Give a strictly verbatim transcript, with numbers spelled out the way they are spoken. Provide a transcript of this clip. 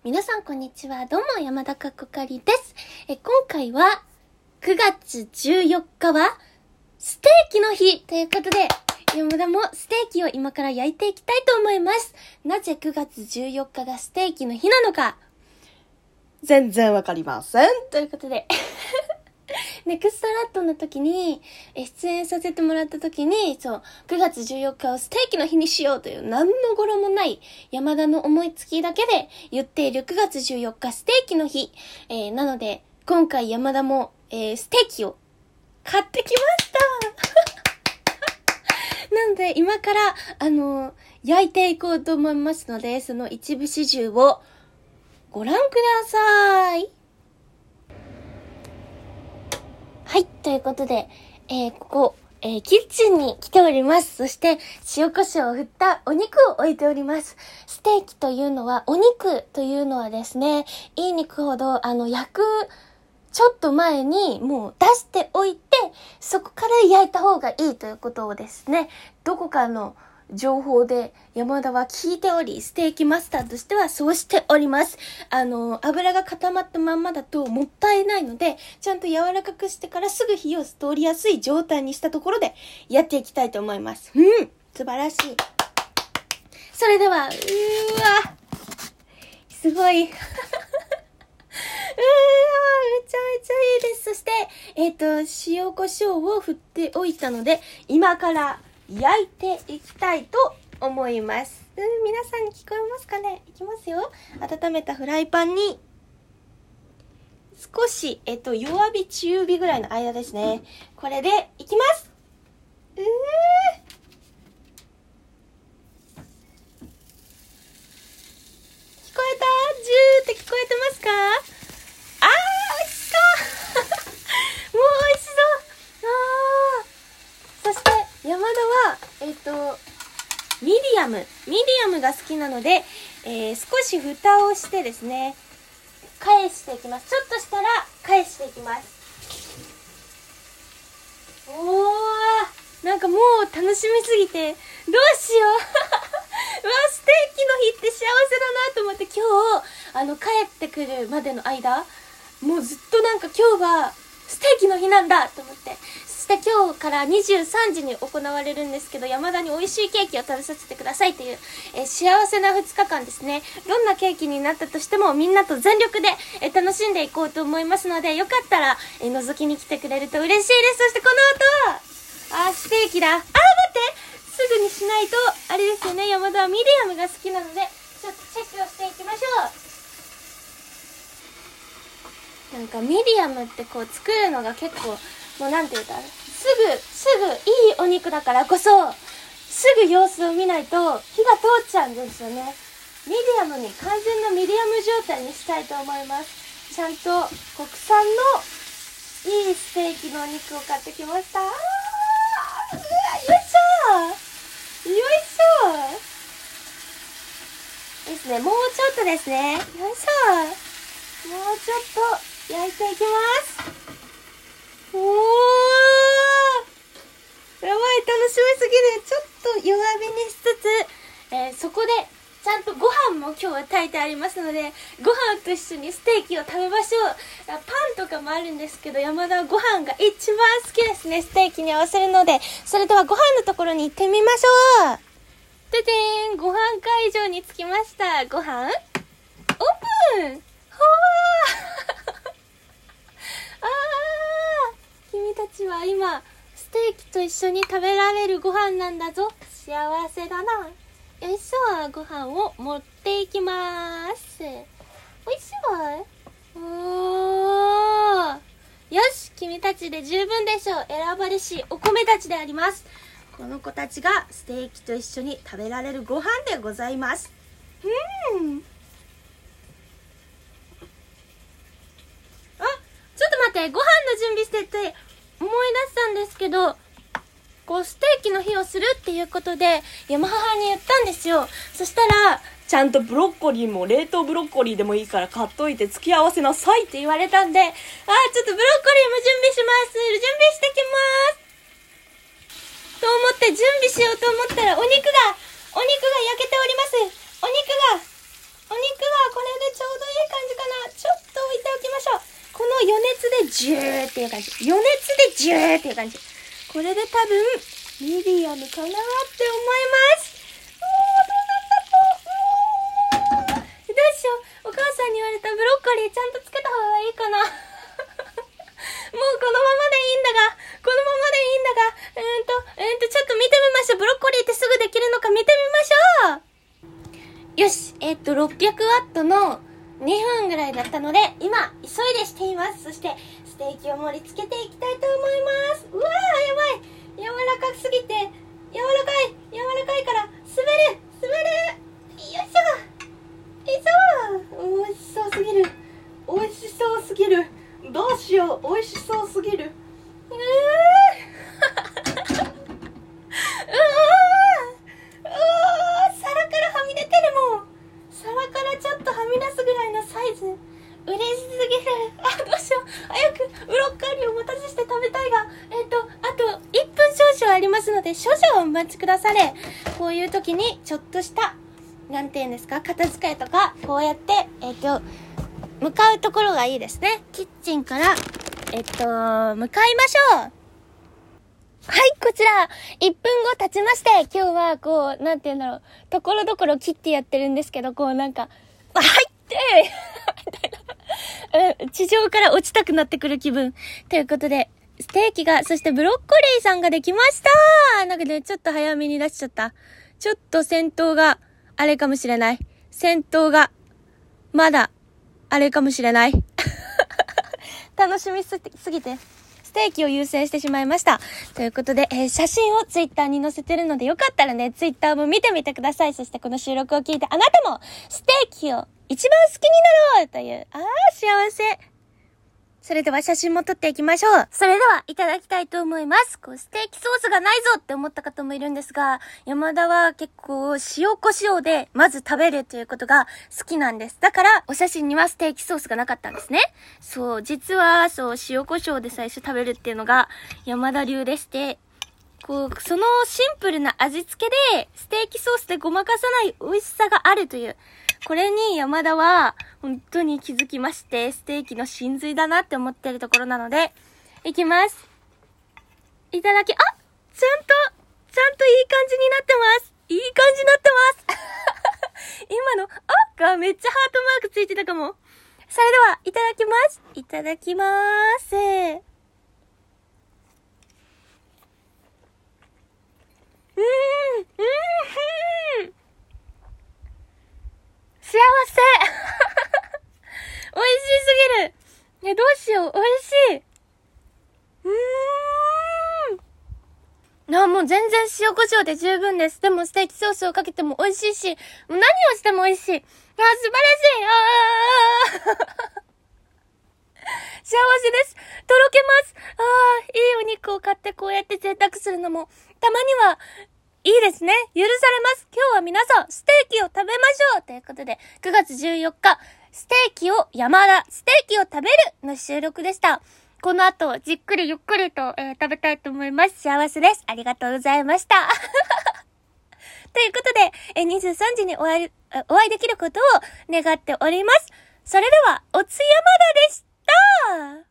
皆さんこんにちは。どうも山田かこかりです。え今回はくがつじゅうよっかはステーキの日ということで、山田もステーキを今から焼いていきたいと思います。なぜくがつじゅうよっかがステーキの日なのか全然わかりませんということでネクストラットの時に出演させてもらった時に、そうくがつじゅうよっかをステーキの日にしようという何の語呂もない山田の思いつきだけで言っているくがつじゅうよっかステーキの日、えー、なので今回山田も、えー、ステーキを買ってきましたなので今からあのー、焼いていこうと思いますので、その一部始終をご覧ください。はい、ということで、えー、ここ、えー、キッチンに来ております。そして、塩コショウを振ったお肉を置いております。ステーキというのは、お肉というのはですね、いい肉ほど、あの、焼く、ちょっと前にもう出しておいて、そこから焼いた方がいいということをですね、どこかの情報で山田は聞いており、ステーキマスターとしてはそうしております。あの、油が固まったまんまだともったいないので、ちゃんと柔らかくしてからすぐ火を通りやすい状態にしたところでやっていきたいと思います。うん、素晴らしい。それでは、うーわ、すごい。うーわ、めちゃめちゃいいです。そして、えっと、塩コショウを振っておいたので、今から焼いていきたいと思います。うん、皆さんに聞こえますかね？いきますよ。温めたフライパンに少し、えっと、弱火中火ぐらいの間ですね。これでいきます。うー、聞こえた？ジューって聞こえてますか？あー、美味しそうもう美味しそう。あー、そして山田はえっとミディアムミディアムが好きなので、えー、少し蓋をしてですね、返していきます。ちょっとしたら返していきます。おー、なんかもう楽しみすぎてどうしよううわ、ステーキの日って幸せだなと思って、今日あの帰ってくるまでの間もうずっとなんか今日はステーキの日なんだと思って、そして今日からにじゅうさんじに行われるんですけど、山田に美味しいケーキを食べさせてくださいという、えー、幸せなふつかかんですね。どんなケーキになったとしてもみんなと全力で、えー、楽しんでいこうと思いますので、よかったら、えー、覗きに来てくれると嬉しいです。そしてこの音はあー、ステーキだ。あー、待って、すぐにしないとあれですよね。山田はミディアムが好きなのでちょっとチェックをしていきましょう。なんかミディアムってこう作るのが結構もうなんていうか、すぐすぐいいお肉だからこそすぐ様子を見ないと火が通っちゃうんですよね。ミディアムに完全なミディアム状態にしたいと思います。ちゃんと国産のいいステーキのお肉を買ってきました。あー、うわ、よいしょよいしょですね。もうちょっとですね。よいしょ、もうちょっと焼いていきます。おー、やばい、楽しみすぎる。ちょっと弱火にしつつ、えー、そこでちゃんとご飯も今日は炊いてありますので、ご飯と一緒にステーキを食べましょう。パンとかもあるんですけど、山田はご飯が一番好きですね。ステーキに合わせるので。それではご飯のところに行ってみましょう。ででーん、ご飯会場に着きました。ご飯オープン。ほーあー、君たちは今ステーキと一緒に食べられるご飯なんだぞ。幸せだな。よいしょ、ご飯を持っていきまーす。おいしょ。おー、よし、君たちで十分でしょう。選ばれしお米たちであります。この子たちがステーキと一緒に食べられるご飯でございます。うん。あ、ちょっと待って、ご飯の準備してて思い出したんですけど、こうステーキの日をするっていうことで山母に言ったんですよ。そしたら、ちゃんとブロッコリーも冷凍ブロッコリーでもいいから買っといて付き合わせなさいって言われたんで、あー、ちょっとブロッコリーも準備します。準備してきますと思って準備しようと思ったら、お肉がお肉が焼けております。お肉がお肉はこれでちょうどいい感じかな。ちょっと置いておきましょう。この余熱でジューっていう感じ。余熱でジューっていう感じ。これで多分、ミディアムかなって思います。おー、どうなんだろう。うーん。どうしよう。お母さんに言われたブロッコリーちゃんとつけた方がいいかな。もうこのままでいいんだが、このままでいいんだが、うーんと、うーんと、ちょっと見てみましょう。ブロッコリーってすぐできるのか見てみましょう。よし、えっと、ろっぴゃくワットのにふんぐらいだったので、今、急いでしています。そして、ステーキを盛り付けていきたいと思います。うわー、やばい。柔らかすぎて、柔らかい、柔らかいから、滑る、滑る。よいしょ。よいしょ。美味しそうすぎる。美味しそうすぎる。どうしよう。美味しそうすぎる。うーうー皿からはみ出てるもん。皿からちょっとはみ出すぐらいのサイズ。嬉しすぎる。あ、どうしよう。早くブロッコリーをお待たせして食べたいが、えっと、あといっぷん少々ありますので、少々お待ちくだされ。こういう時にちょっとした、なんていうんですか、片付けとか、こうやって、えっと、向かうところがいいですね。キッチンから、えっと、向かいましょう。はい、こちら、いっぷんご経ちまして、今日はこう、なんて言うんだろう、ところどころ切ってやってるんですけど、こうなんか、入ってみたいな、地上から落ちたくなってくる気分。ということで、ステーキが、そしてブロッコリーさんができました。なんかね、ちょっと早めに出しちゃった。ちょっと戦闘が、あれかもしれない。戦闘が、まだ、あれかもしれない。楽しみすぎて。ステーキを優先してしまいました。ということで、えー、写真をツイッターに載せてるので、よかったらね、ツイッターも見てみてください。そしてこの収録を聞いて、あなたもステーキを一番好きになろうという、あー、幸せ。それでは写真も撮っていきましょう。それでは、いただきたいと思います。こう、ステーキソースがないぞって思った方もいるんですが、山田は結構、塩コショウで、まず食べるということが好きなんです。だから、お写真にはステーキソースがなかったんですね。そう、実は、そう、塩コショウで最初食べるっていうのが、山田流でして、こう、そのシンプルな味付けで、ステーキソースでごまかさない美味しさがあるという、これに山田は本当に気づきまして、ステーキの真髄だなって思ってるところなので、いきます。いただき、あ、ちゃんと、ちゃんといい感じになってます。いい感じになってます。今の、あがめっちゃハートマークついてたかも。それでは、いただきます。いただきまーす。うーん、うーん、幸せ美味しすぎる。ね、どうしよう。美味しい。うーん。あ、もう全然塩コショウで十分です。でもステーキソースをかけても美味しいし、もう何をしても美味しい。あ、素晴らしい。あー幸せです。とろけます。あー、いいお肉を買ってこうやって贅沢するのも、たまにはいいですね。許されます。今日は皆さん、ステーキを食べましょうということで、くがつじゅうよっか、ステーキを山田、ステーキを食べるの収録でした。この後、じっくりゆっくりと、えー、食べたいと思います。幸せです。ありがとうございました。ということで、えー、にじゅうさんじにお会い、お会いできることを願っております。それでは、おつ山田でした。